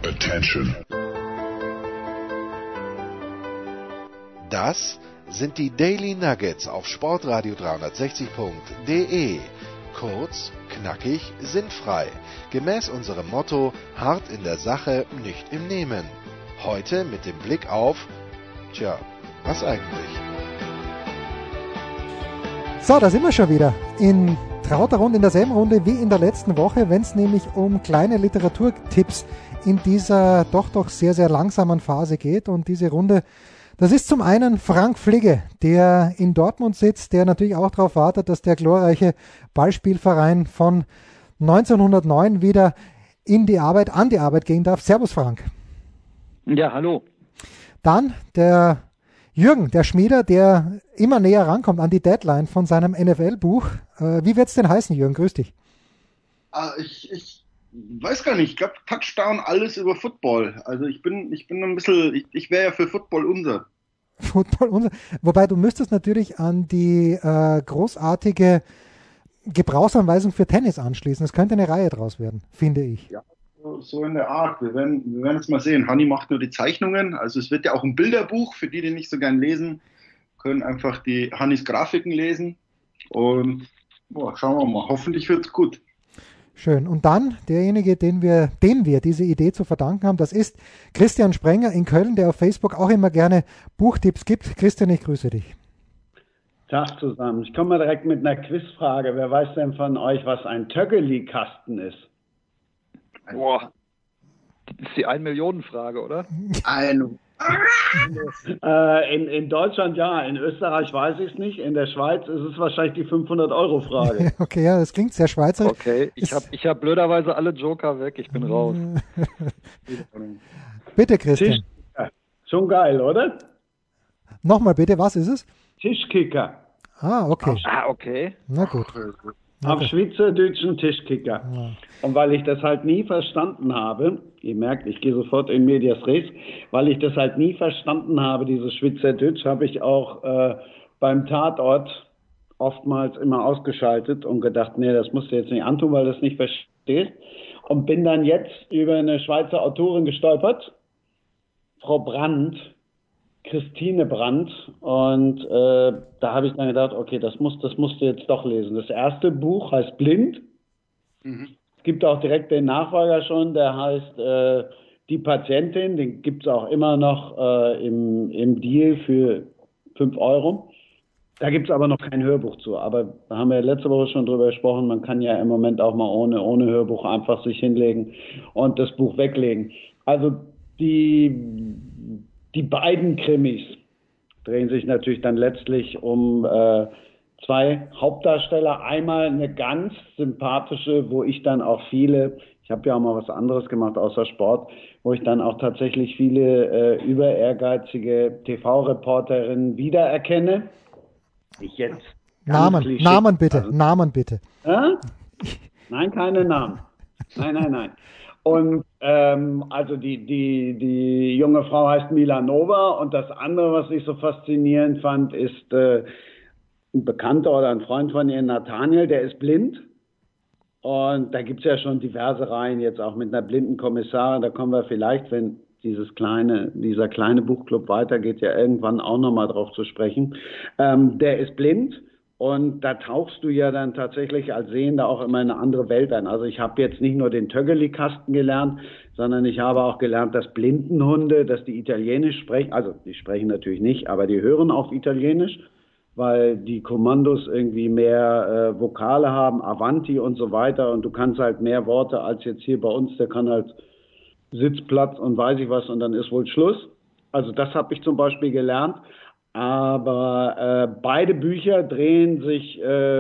Attention. Das sind die Daily Nuggets auf Sportradio 360.de. Kurz, knackig, sinnfrei. Gemäß unserem Motto: hart in der Sache, nicht im Nehmen. Heute mit dem Blick auf, was eigentlich? So, da sind wir schon wieder in trauter Runde, in derselben Runde wie in der letzten Woche, wenn es nämlich um kleine Literaturtipps in dieser doch sehr, sehr langsamen Phase geht. Und diese Runde, das ist zum einen Frank Fligge, der in Dortmund sitzt, der natürlich auch darauf wartet, dass der glorreiche Ballspielverein von 1909 wieder an die Arbeit gehen darf. Servus Frank. Ja, hallo. Dann der Jürgen, der Schmieder, der immer näher rankommt an die Deadline von seinem NFL-Buch. Wie wird's denn heißen, Jürgen? Grüß dich. Ich weiß gar nicht. Ich glaube, Touchdown, alles über Football. Also ich bin ein bisschen, ich wäre ja für Football unser. Football unser. Wobei du müsstest natürlich an die großartige Gebrauchsanweisung für Tennis anschließen. Es könnte eine Reihe draus werden, finde ich. Ja. So in der Art. Wir werden es mal sehen. Hanni macht nur die Zeichnungen. Also es wird ja auch ein Bilderbuch. Für die nicht so gern lesen, können einfach die Hannis Grafiken lesen. Und schauen wir mal. Hoffentlich wird es gut. Schön. Und dann derjenige, dem wir diese Idee zu verdanken haben, das ist Christian Sprenger in Köln, der auf Facebook auch immer gerne Buchtipps gibt. Christian, ich grüße dich. Tag zusammen. Ich komme mal direkt mit einer Quizfrage. Wer weiß denn von euch, was ein Töggeli-Kasten ist? Boah, das ist die 1-Millionen-Frage, oder? In Deutschland ja, in Österreich weiß ich es nicht, in der Schweiz ist es wahrscheinlich die 500-Euro-Frage. Okay, ja, das klingt sehr schweizerisch. Okay, ich hab blöderweise alle Joker weg, ich bin raus. Bitte, Christian. Tischkicker. Schon geil, oder? Nochmal bitte, was ist es? Tischkicker. Okay. Okay. Na gut. Auf Schweizerdeutschen Tischkicker. Ja. Und weil ich das halt nie verstanden habe, ihr merkt, ich gehe sofort in Medias Res, weil ich das halt nie verstanden habe, dieses Schweizerdeutsch, habe ich auch beim Tatort oftmals immer ausgeschaltet und gedacht, nee, das musst du jetzt nicht antun, weil du das nicht verstehst. Und bin dann jetzt über eine Schweizer Autorin gestolpert, Frau Brandt, Christine Brandt, und da habe ich dann gedacht, okay, das musst du jetzt doch lesen. Das erste Buch heißt Blind. Mhm. Es gibt auch direkt den Nachfolger schon, der heißt Die Patientin, den gibt es auch immer noch im Deal für 5 Euro. Da gibt es aber noch kein Hörbuch zu, aber da haben wir letzte Woche schon drüber gesprochen, man kann ja im Moment auch mal ohne Hörbuch einfach sich hinlegen und das Buch weglegen. Also die beiden Krimis drehen sich natürlich dann letztlich um 2 Hauptdarsteller. Einmal eine ganz sympathische, wo ich dann auch ich habe ja auch mal was anderes gemacht außer Sport, wo ich dann auch tatsächlich viele über ehrgeizige TV-Reporterinnen wiedererkenne. Namen bitte. Nein, keine Namen. Nein. Und also die junge Frau heißt Milanova, und das andere, was ich so faszinierend fand, ist ein Bekannter oder ein Freund von ihr, Nathaniel, der ist blind. Und da gibt es ja schon diverse Reihen, jetzt auch mit einer blinden Kommissarin. Da kommen wir vielleicht, wenn dieser kleine Buchclub weitergeht, ja irgendwann auch nochmal drauf zu sprechen. Der ist blind. Und da tauchst du ja dann tatsächlich als Sehender auch immer in eine andere Welt ein. Also ich habe jetzt nicht nur den Töggeli-Kasten gelernt, sondern ich habe auch gelernt, dass Blindenhunde, dass die Italienisch sprechen, also die sprechen natürlich nicht, aber die hören auch Italienisch, weil die Kommandos irgendwie mehr Vokale haben, Avanti und so weiter. Und du kannst halt mehr Worte als jetzt hier bei uns, der kann halt Sitzplatz und weiß ich was und dann ist wohl Schluss. Also das habe ich zum Beispiel gelernt. Aber beide Bücher drehen sich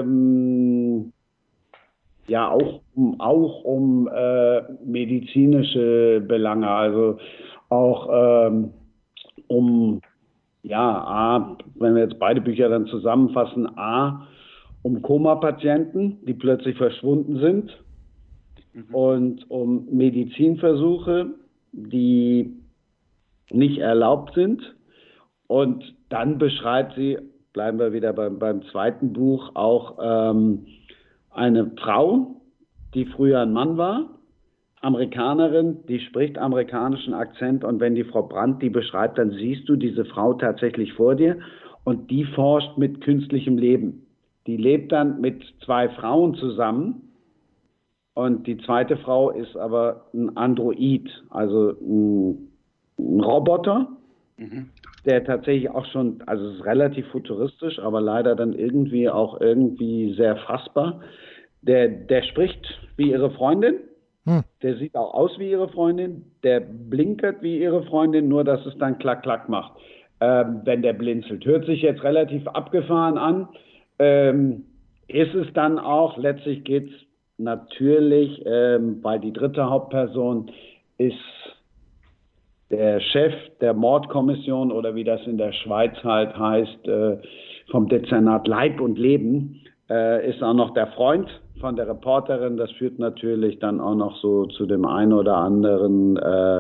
auch um medizinische Belange, also auch wenn wir jetzt beide Bücher dann zusammenfassen, um Koma-Patienten, die plötzlich verschwunden sind, und um Medizinversuche, die nicht erlaubt sind. Und dann beschreibt sie, bleiben wir wieder beim zweiten Buch, auch eine Frau, die früher ein Mann war, Amerikanerin, die spricht amerikanischen Akzent und wenn die Frau Brandt die beschreibt, dann siehst du diese Frau tatsächlich vor dir und die forscht mit künstlichem Leben. Die lebt dann mit 2 Frauen zusammen und die zweite Frau ist aber ein Android, also ein Roboter, der tatsächlich auch schon, also es ist relativ futuristisch, aber leider dann irgendwie sehr fassbar. Der spricht wie ihre Freundin. Der sieht auch aus wie ihre Freundin, der blinkert wie ihre Freundin, nur dass es dann klack, klack macht, wenn der blinzelt. Hört sich jetzt relativ abgefahren an, ist es dann auch. Letztlich geht es natürlich, weil die dritte Hauptperson ist der Chef der Mordkommission oder wie das in der Schweiz halt heißt, vom Dezernat Leib und Leben, ist auch noch der Freund von der Reporterin. Das führt natürlich dann auch noch so zu den ein oder anderen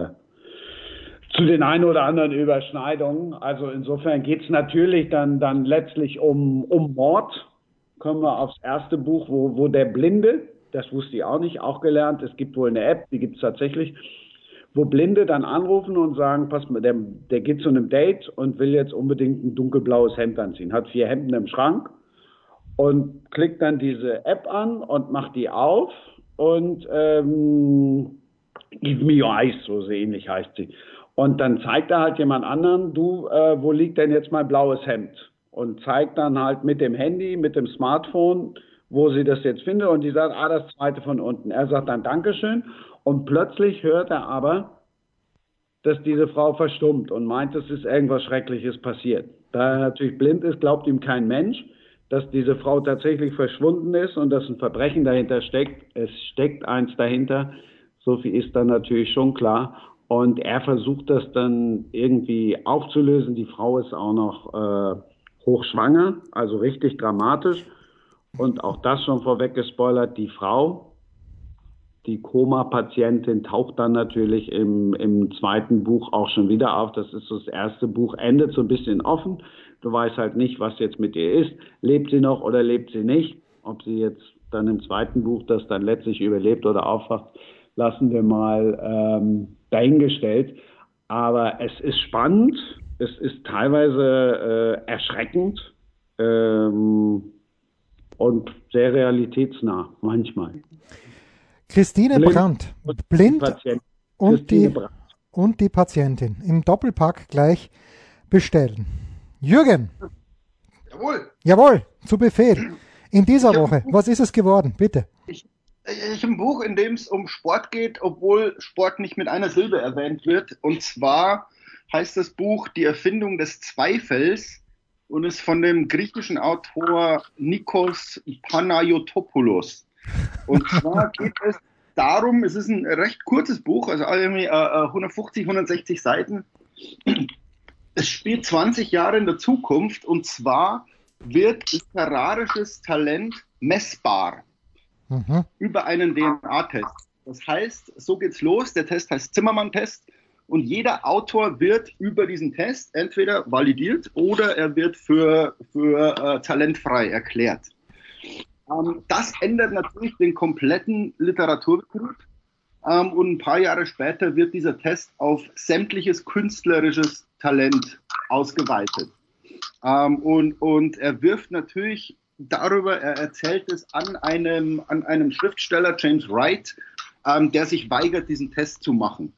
Überschneidungen. Also insofern geht es natürlich dann letztlich um Mord. Kommen wir aufs erste Buch, wo der Blinde, das wusste ich auch nicht, auch gelernt, es gibt wohl eine App, die gibt es tatsächlich, wo Blinde dann anrufen und sagen, pass mal, der geht zu einem Date und will jetzt unbedingt ein dunkelblaues Hemd anziehen, hat 4 Hemden im Schrank und klickt dann diese App an und macht die auf und Give me your eyes, so ähnlich heißt sie. Und dann zeigt er halt jemand anderen, wo liegt denn jetzt mein blaues Hemd? Und zeigt dann halt mit dem Handy, mit dem Smartphone, wo sie das jetzt findet. Und die sagt, das zweite von unten. Er sagt dann Dankeschön. Und plötzlich hört er aber, dass diese Frau verstummt und meint, es ist irgendwas Schreckliches passiert. Da er natürlich blind ist, glaubt ihm kein Mensch, dass diese Frau tatsächlich verschwunden ist und dass ein Verbrechen dahinter steckt. Es steckt eins dahinter. So viel ist dann natürlich schon klar. Und er versucht das dann irgendwie aufzulösen. Die Frau ist auch noch hochschwanger, also richtig dramatisch. Und auch das schon vorweg gespoilert, die Frau, die Koma-Patientin, taucht dann natürlich im zweiten Buch auch schon wieder auf. Das ist so das erste Buch, endet so ein bisschen offen. Du weißt halt nicht, was jetzt mit ihr ist. Lebt sie noch oder lebt sie nicht? Ob sie jetzt dann im zweiten Buch das dann letztlich überlebt oder aufwacht, lassen wir mal dahingestellt. Aber es ist spannend, es ist teilweise erschreckend und sehr realitätsnah manchmal. Christine Brandt, blind und die Patientin im Doppelpack gleich bestellen. Jürgen. Jawohl, zu Befehl. In dieser Woche, was ist es geworden? Bitte. Ich habe ein Buch, in dem es um Sport geht, obwohl Sport nicht mit einer Silbe erwähnt wird. Und zwar heißt das Buch Die Erfindung des Zweifels und ist von dem griechischen Autor Nikos Panayotopoulos. Und zwar geht es darum, es ist ein recht kurzes Buch, also irgendwie 150, 160 Seiten. Es spielt 20 Jahre in der Zukunft und zwar wird literarisches Talent messbar über einen DNA-Test. Das heißt, so geht's los, der Test heißt Zimmermann-Test und jeder Autor wird über diesen Test entweder validiert oder er wird für talentfrei erklärt. Das ändert natürlich den kompletten Literaturbetrieb und ein paar Jahre später wird dieser Test auf sämtliches künstlerisches Talent ausgeweitet. Und er wirft natürlich darüber, er erzählt es an einem Schriftsteller, James Wright, der sich weigert, diesen Test zu machen.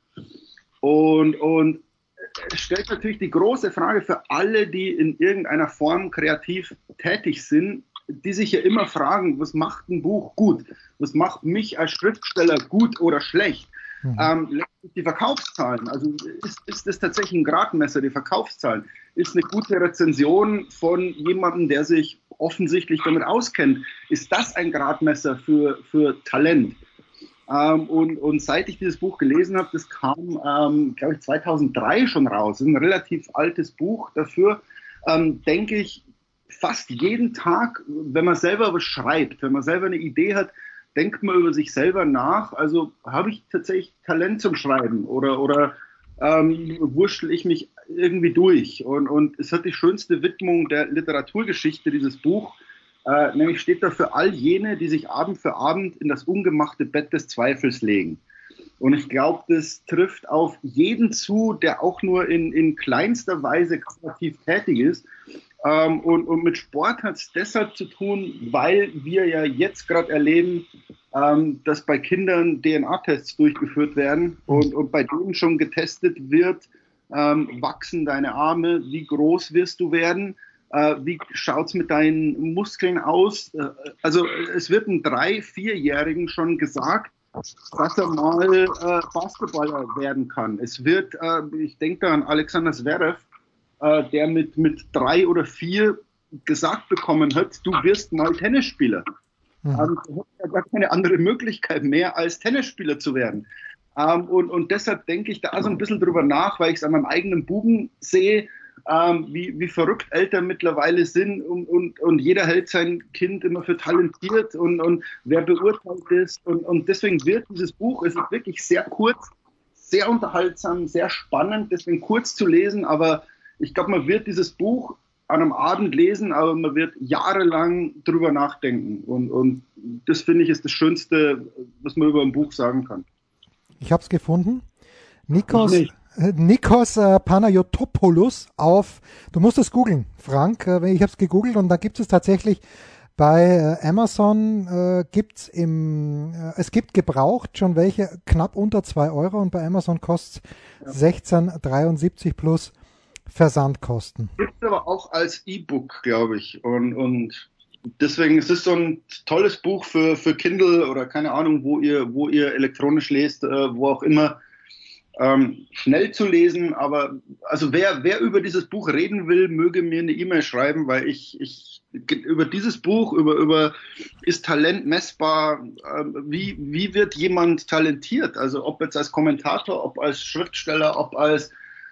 Und es stellt natürlich die große Frage für alle, die in irgendeiner Form kreativ tätig sind, die sich ja immer fragen, was macht ein Buch gut? Was macht mich als Schriftsteller gut oder schlecht? Letztlich die Verkaufszahlen, also ist das tatsächlich ein Gradmesser, die Verkaufszahlen? Ist eine gute Rezension von jemandem, der sich offensichtlich damit auskennt, ist das ein Gradmesser für Talent? Und seit ich dieses Buch gelesen habe, das kam, glaube ich, 2003 schon raus, das ist ein relativ altes Buch, dafür denke ich, fast jeden Tag, wenn man selber was schreibt, wenn man selber eine Idee hat, denkt man über sich selber nach. Also habe ich tatsächlich Talent zum Schreiben oder wurschtel ich mich irgendwie durch. Und es hat die schönste Widmung der Literaturgeschichte, dieses Buch. Nämlich steht da für all jene, die sich Abend für Abend in das ungemachte Bett des Zweifels legen. Und ich glaube, das trifft auf jeden zu, der auch nur in kleinster Weise kreativ tätig ist. Und mit Sport hat es deshalb zu tun, weil wir ja jetzt gerade erleben, dass bei Kindern DNA-Tests durchgeführt werden und bei denen schon getestet wird, wachsen deine Arme, wie groß wirst du werden, wie schaut es mit deinen Muskeln aus. Also es wird einem 3-, 4-Jährigen schon gesagt, dass er mal Basketballer werden kann. Es wird, ich denke da an Alexander Zverev, der mit 3 oder 4 gesagt bekommen hat, du wirst mal Tennisspieler. Er hat ja gar keine andere Möglichkeit mehr, als Tennisspieler zu werden. Und deshalb denke ich da so ein bisschen drüber nach, weil ich es an meinem eigenen Buben sehe, wie verrückt Eltern mittlerweile sind und jeder hält sein Kind immer für talentiert und wer beurteilt es. Und deswegen wird dieses Buch, es ist wirklich sehr kurz, sehr unterhaltsam, sehr spannend, deswegen kurz zu lesen, aber ich glaube, man wird dieses Buch an einem Abend lesen, aber man wird jahrelang drüber nachdenken. Und das, finde ich, ist das Schönste, was man über ein Buch sagen kann. Ich habe es gefunden. Nikos Panayotopoulos du musst es googeln, Frank, ich habe es gegoogelt und da gibt es tatsächlich bei Amazon es gibt gebraucht schon welche knapp unter 2 Euro und bei Amazon kostet es 16,73 plus Versandkosten. Gibt es aber auch als E-Book, glaube ich. Und deswegen ist es so ein tolles Buch für Kindle oder keine Ahnung, wo ihr elektronisch lest, wo auch immer. Schnell zu lesen, aber also wer über dieses Buch reden will, möge mir eine E-Mail schreiben, weil ich über dieses Buch, über ist Talent messbar, wie wird jemand talentiert? Also ob jetzt als Kommentator, ob als Schriftsteller, ob als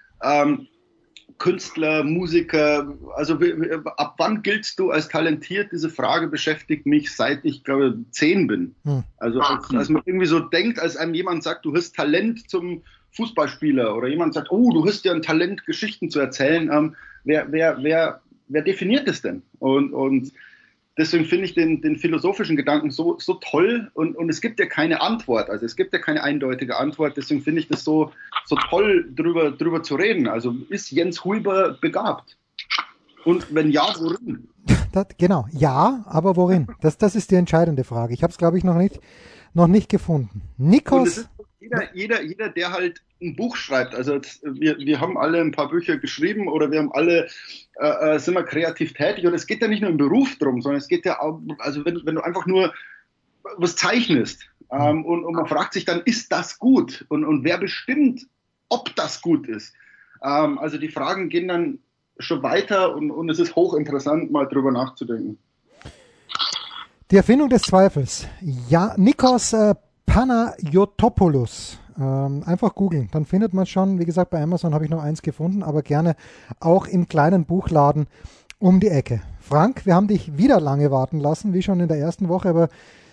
Künstler, Musiker, also ab wann giltst du als talentiert? Diese Frage beschäftigt mich, seit ich, glaube 10 bin. Also als man irgendwie so denkt, als einem jemand sagt, du hast Talent zum Fußballspieler oder jemand sagt, oh, du hast ja ein Talent, Geschichten zu erzählen. Wer definiert das denn? Und deswegen finde ich den philosophischen Gedanken so toll und es gibt ja keine Antwort, also es gibt ja keine eindeutige Antwort, deswegen finde ich das so toll, drüber zu reden. Also ist Jens Huber begabt? Und wenn ja, worin? Genau, ja, aber worin? Das ist die entscheidende Frage. Ich habe es, glaube ich, noch nicht gefunden. Nikos... Jeder, der halt ein Buch schreibt, also wir haben alle ein paar Bücher geschrieben oder wir haben alle, sind wir kreativ tätig und es geht ja nicht nur im Beruf drum, sondern es geht ja auch, also wenn du einfach nur was zeichnest und man fragt sich dann, ist das gut? Und wer bestimmt, ob das gut ist? Also die Fragen gehen dann schon weiter und es ist hochinteressant, mal drüber nachzudenken. Die Erfindung des Zweifels. Ja, Nikos Panayotopoulos. Einfach googeln, dann findet man schon. Wie gesagt, bei Amazon habe ich noch eins gefunden, aber gerne auch im kleinen Buchladen um die Ecke. Frank, wir haben dich wieder lange warten lassen, wie schon in der ersten Woche, aber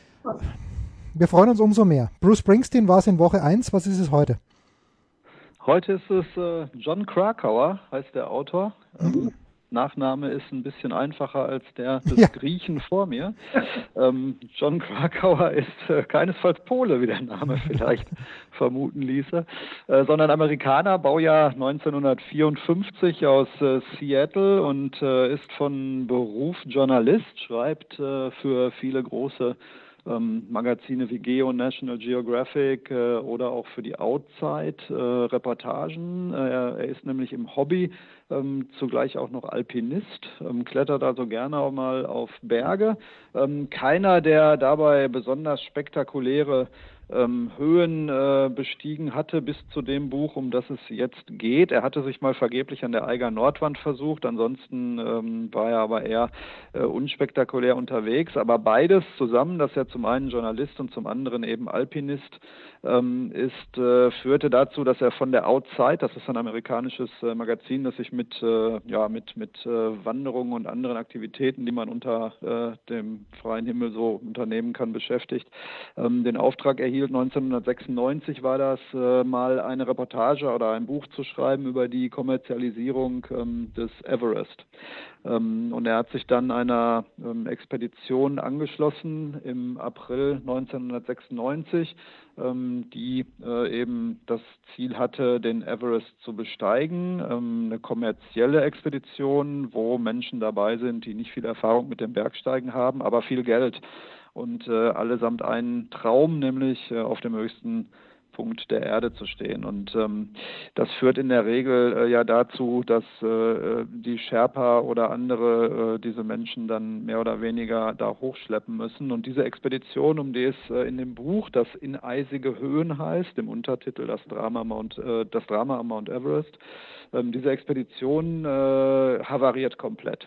wir freuen uns umso mehr. Bruce Springsteen war es in Woche 1, was ist es heute? Heute ist es Jon Krakauer, heißt der Autor. Nachname ist ein bisschen einfacher als der des Griechen vor mir. Jon Krakauer ist keinesfalls Pole, wie der Name vielleicht vermuten ließe, sondern Amerikaner, Baujahr 1954 aus Seattle und ist von Beruf Journalist, schreibt für viele große Magazine wie Geo, National Geographic oder auch für die Outside Reportagen. Er ist nämlich im Hobby zugleich auch noch Alpinist, klettert also gerne auch mal auf Berge. Keiner, der dabei besonders spektakuläre Höhen bestiegen hatte bis zu dem Buch, um das es jetzt geht. Er hatte sich mal vergeblich an der Eiger Nordwand versucht, ansonsten war er aber eher unspektakulär unterwegs. Aber beides zusammen, dass er zum einen Journalist und zum anderen eben Alpinist führte dazu, dass er von der Outside, das ist ein amerikanisches Magazin, das sich mit Wanderungen und anderen Aktivitäten, die man unter dem freien Himmel so unternehmen kann, beschäftigt, den Auftrag erhielt, gespielt. 1996 war das, mal eine Reportage oder ein Buch zu schreiben über die Kommerzialisierung des Everest. Und er hat sich dann einer Expedition angeschlossen im April 1996, die eben das Ziel hatte, den Everest zu besteigen. Eine kommerzielle Expedition, wo Menschen dabei sind, die nicht viel Erfahrung mit dem Bergsteigen haben, aber viel Geld. Und allesamt einen Traum, nämlich auf dem höchsten Punkt der Erde zu stehen. Und das führt in der Regel ja dazu, dass die Sherpa oder andere diese Menschen dann mehr oder weniger da hochschleppen müssen. Und diese Expedition, um die es in dem Buch, das In eisige Höhen heißt, im Untertitel das Drama am Mount Everest, diese Expedition havariert komplett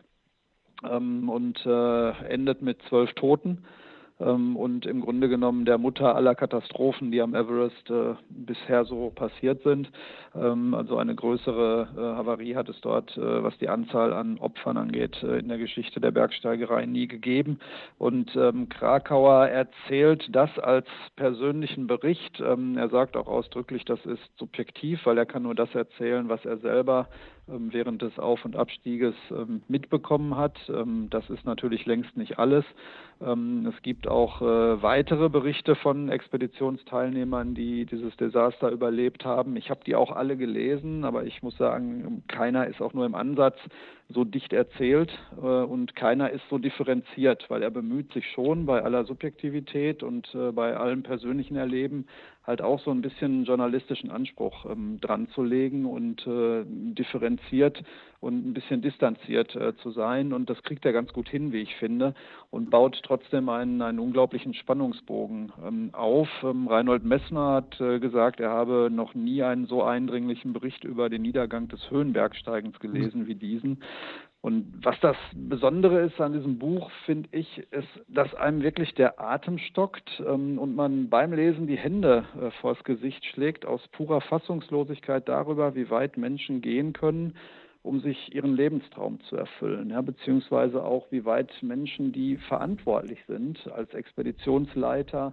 und endet mit 12 Toten. Und im Grunde genommen der Mutter aller Katastrophen, die am Everest bisher so passiert sind. Also eine größere Havarie hat es dort, was die Anzahl an Opfern angeht, in der Geschichte der Bergsteigerei nie gegeben. Und Krakauer erzählt das als persönlichen Bericht. Er sagt auch ausdrücklich, das ist subjektiv, weil er kann nur das erzählen, was er selber während des Auf- und Abstieges mitbekommen hat. Das ist natürlich längst nicht alles. Es gibt auch weitere Berichte von Expeditionsteilnehmern, die dieses Desaster überlebt haben. Ich habe die auch alle gelesen, aber ich muss sagen, keiner ist auch nur im Ansatz so dicht erzählt und keiner ist so differenziert, weil er bemüht sich schon bei aller Subjektivität und bei allem persönlichen Erleben halt auch so ein bisschen journalistischen Anspruch dran zu legen und differenziert und ein bisschen distanziert zu sein. Und das kriegt er ganz gut hin, wie ich finde, und baut trotzdem einen unglaublichen Spannungsbogen auf. Reinhold Messner hat gesagt, er habe noch nie einen so eindringlichen Bericht über den Niedergang des Höhenbergsteigens gelesen wie diesen. Und was das Besondere ist an diesem Buch, finde ich, ist, dass einem wirklich der Atem stockt und man beim Lesen die Hände vors Gesicht schlägt, aus purer Fassungslosigkeit darüber, wie weit Menschen gehen können, um sich ihren Lebenstraum zu erfüllen, ja, beziehungsweise auch, wie weit Menschen, die verantwortlich sind als Expeditionsleiter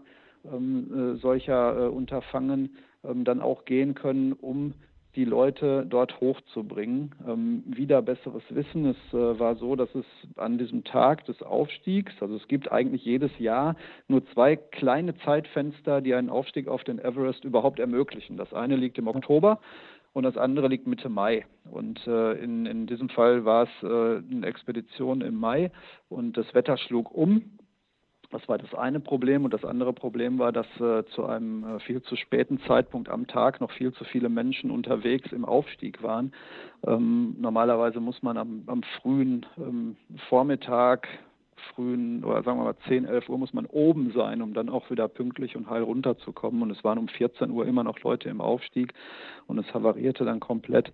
solcher Unterfangen, dann auch gehen können, um die Leute dort hochzubringen. Wieder besseres Wissen. Es war so, dass es an diesem Tag des Aufstiegs, also es gibt eigentlich jedes Jahr nur 2 kleine Zeitfenster, die einen Aufstieg auf den Everest überhaupt ermöglichen. Das eine liegt im Oktober und das andere liegt Mitte Mai. Und in diesem Fall war es eine Expedition im Mai und das Wetter schlug um. Das war das eine Problem. Und das andere Problem war, dass zu einem viel zu späten Zeitpunkt am Tag noch viel zu viele Menschen unterwegs im Aufstieg waren. Normalerweise muss man am frühen Vormittag, oder sagen wir mal 10, 11 Uhr muss man oben sein, um dann auch wieder pünktlich und heil runterzukommen. Und es waren um 14 Uhr immer noch Leute im Aufstieg und es havarierte dann komplett.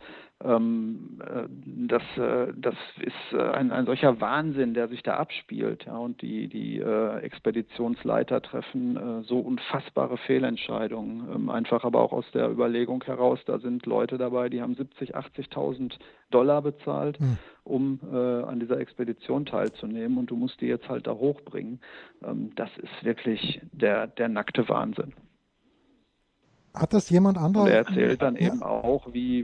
Das ist ein solcher Wahnsinn, der sich da abspielt. Ja, und die Expeditionsleiter treffen so unfassbare Fehlentscheidungen. Einfach aber auch aus der Überlegung heraus, da sind Leute dabei, die haben 70.000, 80.000 Dollar bezahlt, um an dieser Expedition teilzunehmen. Und du musst die jetzt halt da hochbringen. Das ist wirklich der nackte Wahnsinn. Hat das jemand anderer? Und er erzählt dann eben auch, wie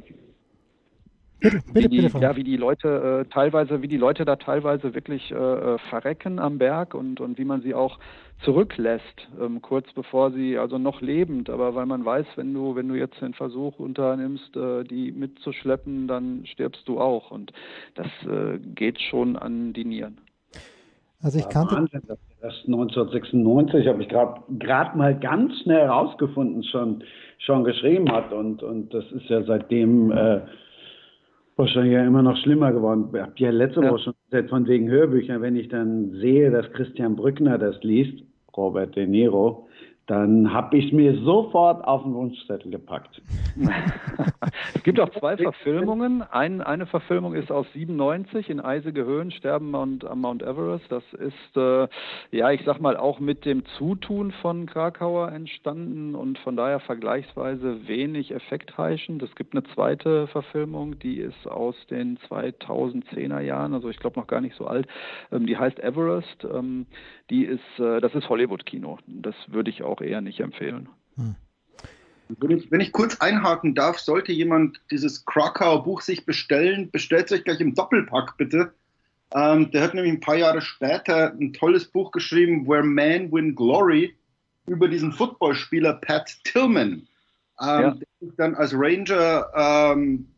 die Leute da teilweise wirklich verrecken am Berg und wie man sie auch zurücklässt, kurz bevor sie, also noch lebend, aber weil man weiß, wenn du jetzt den Versuch unternimmst, die mitzuschleppen, dann stirbst du auch, und das geht schon an die Nieren. Also ich kannte Wahnsinn, dass das 1996, habe ich gerade mal ganz schnell rausgefunden, schon geschrieben hat, und das ist ja seitdem wahrscheinlich ja immer noch schlimmer geworden. Ich habe ja letzte Woche schon gesagt, von wegen Hörbüchern, wenn ich dann sehe, dass Christian Brückner das liest, Robert De Niro, dann habe ich es mir sofort auf den Wunschzettel gepackt. Es gibt auch 2 Verfilmungen. Eine Verfilmung ist aus 97, In eisige Höhen sterben am Mount Everest. Das ist, ich sag mal, auch mit dem Zutun von Krakauer entstanden und von daher vergleichsweise wenig effektheischend. Es gibt eine zweite Verfilmung, die ist aus den 2010er Jahren, also ich glaube noch gar nicht so alt. Die heißt Everest. Das ist Hollywood-Kino. Das würde ich auch auch eher nicht empfehlen. Wenn ich kurz einhaken darf, sollte jemand dieses Krakauer Buch sich bestellen, bestellt es euch gleich im Doppelpack bitte. Der hat nämlich ein paar Jahre später ein tolles Buch geschrieben, Where Men Win Glory, über diesen Footballspieler Pat Tillman, der dann als Ranger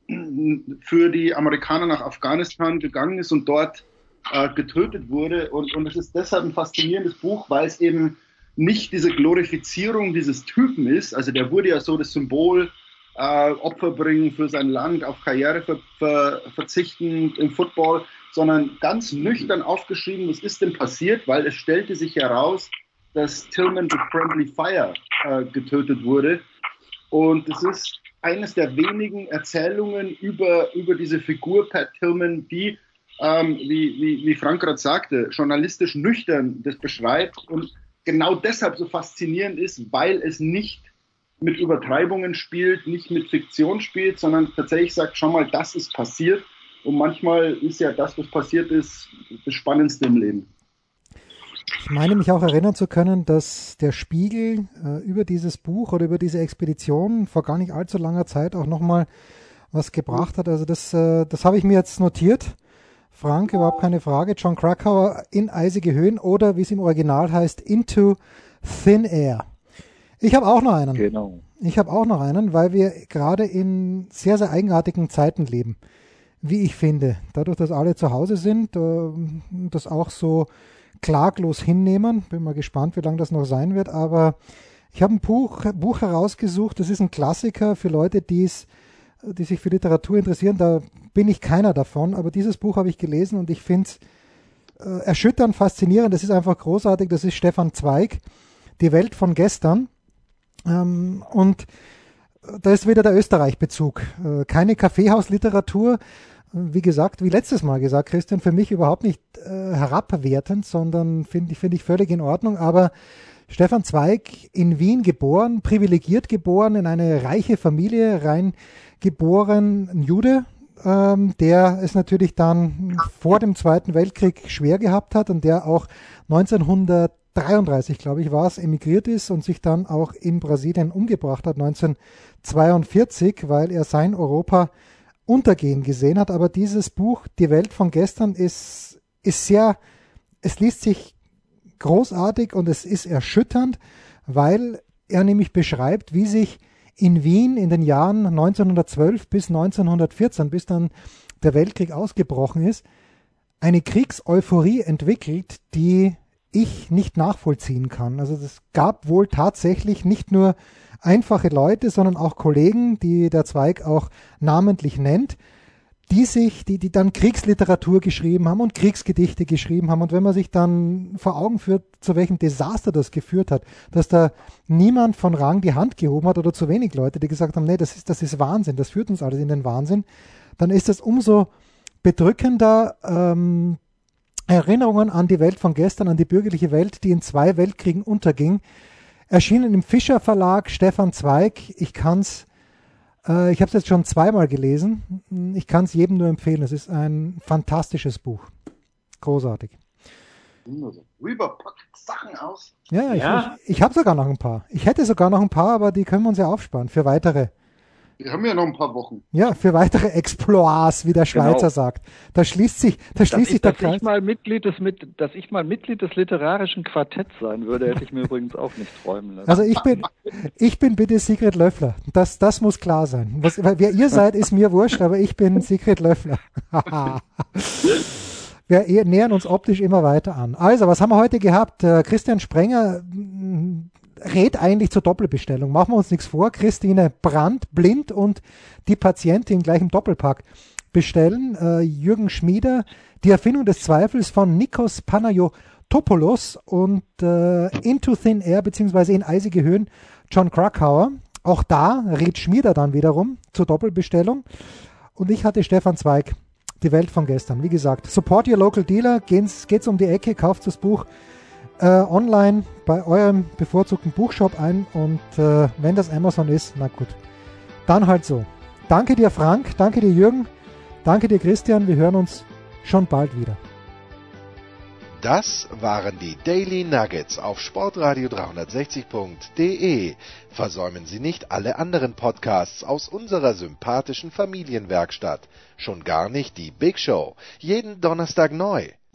für die Amerikaner nach Afghanistan gegangen ist und dort getötet wurde. Und es ist deshalb ein faszinierendes Buch, weil es eben nicht diese Glorifizierung dieses Typen ist. Also der wurde ja so das Symbol, Opfer bringen für sein Land, auf Karriere verzichten im Football, sondern ganz nüchtern aufgeschrieben, was ist denn passiert, weil es stellte sich heraus, dass Tillman with Friendly Fire getötet wurde. Und es ist eines der wenigen Erzählungen über diese Figur Pat Tillman, die, wie Frank gerade sagte, journalistisch nüchtern das beschreibt und genau deshalb so faszinierend ist, weil es nicht mit Übertreibungen spielt, nicht mit Fiktion spielt, sondern tatsächlich sagt, schau mal, das ist passiert. Und manchmal ist ja das, was passiert ist, das Spannendste im Leben. Ich meine mich auch erinnern zu können, dass der Spiegel über dieses Buch oder über diese Expedition vor gar nicht allzu langer Zeit auch nochmal was gebracht hat. Also das habe ich mir jetzt notiert. Frank, überhaupt keine Frage. Jon Krakauer in eisige Höhen oder wie es im Original heißt, Into Thin Air. Ich habe auch noch einen. Genau. Ich habe auch noch einen, weil wir gerade in sehr, sehr eigenartigen Zeiten leben, wie ich finde. Dadurch, dass alle zu Hause sind, das auch so klaglos hinnehmen. Bin mal gespannt, wie lange das noch sein wird. Aber ich habe ein Buch herausgesucht. Das ist ein Klassiker für Leute, die sich für Literatur interessieren. Da bin ich keiner davon. Aber dieses Buch habe ich gelesen und ich finde es erschütternd, faszinierend. Das ist einfach großartig. Das ist Stefan Zweig, Die Welt von gestern. Und da ist wieder der Österreich-Bezug. Keine Kaffeehausliteratur. Wie gesagt, wie letztes Mal gesagt, Christian, für mich überhaupt nicht herabwertend, sondern finde ich völlig in Ordnung. Aber Stefan Zweig in Wien geboren, privilegiert geboren, in eine reiche Familie rein geboren, ein Jude, der es natürlich dann vor dem Zweiten Weltkrieg schwer gehabt hat und der auch 1933, glaube ich, war es, emigriert ist und sich dann auch in Brasilien umgebracht hat, 1942, weil er sein Europa untergehen gesehen hat. Aber dieses Buch, Die Welt von gestern, es liest sich großartig und es ist erschütternd, weil er nämlich beschreibt, wie sich in Wien in den Jahren 1912 bis 1914, bis dann der Weltkrieg ausgebrochen ist, eine Kriegseuphorie entwickelt, die ich nicht nachvollziehen kann. Also es gab wohl tatsächlich nicht nur einfache Leute, sondern auch Kollegen, die der Zweig auch namentlich nennt, die dann Kriegsliteratur geschrieben haben und Kriegsgedichte geschrieben haben. Und wenn man sich dann vor Augen führt, zu welchem Desaster das geführt hat, dass da niemand von Rang die Hand gehoben hat oder zu wenig Leute, die gesagt haben, nee, das ist Wahnsinn, das führt uns alles in den Wahnsinn, dann ist das umso bedrückender, Erinnerungen an die Welt von gestern, an die bürgerliche Welt, die in 2 Weltkriegen unterging. Erschienen im Fischer Verlag, Stefan Zweig. Ich habe es jetzt schon 2-mal gelesen. Ich kann es jedem nur empfehlen. Es ist ein fantastisches Buch. Großartig. Rüberpackt Sachen aus. Ja, ich habe sogar noch ein paar. Ich hätte sogar noch ein paar, aber die können wir uns ja aufsparen für weitere. Wir haben ja noch ein paar Wochen. Ja, für weitere Exploits, wie der Schweizer sagt. Da schließt sich der Kreis. Dass ich mal Mitglied des literarischen Quartetts sein würde, hätte ich mir übrigens auch nicht träumen lassen. Also ich bin bitte Sigrid Löffler. Das muss klar sein. Wer ihr seid, ist mir wurscht, aber ich bin Sigrid Löffler. Wir nähern uns optisch immer weiter an. Also, was haben wir heute gehabt? Christian Sprenger rät eigentlich zur Doppelbestellung. Machen wir uns nichts vor. Christine Brandt, blind und die Patientin gleich im Doppelpack bestellen. Jürgen Schmieder, die Erfindung des Zweifels von Nikos Panayotopoulos und Into Thin Air bzw. in eisige Höhen Jon Krakauer. Auch da rät Schmieder dann wiederum zur Doppelbestellung. Und ich hatte Stefan Zweig, Die Welt von gestern. Wie gesagt, support your local dealer. Geht's um die Ecke, kauft das Buch online bei eurem bevorzugten Buchshop ein und wenn das Amazon ist, na gut, dann halt so. Danke dir Frank, danke dir Jürgen, danke dir Christian, wir hören uns schon bald wieder. Das waren die Daily Nuggets auf Sportradio 360.de. Versäumen Sie nicht alle anderen Podcasts aus unserer sympathischen Familienwerkstatt. Schon gar nicht die Big Show. Jeden Donnerstag neu.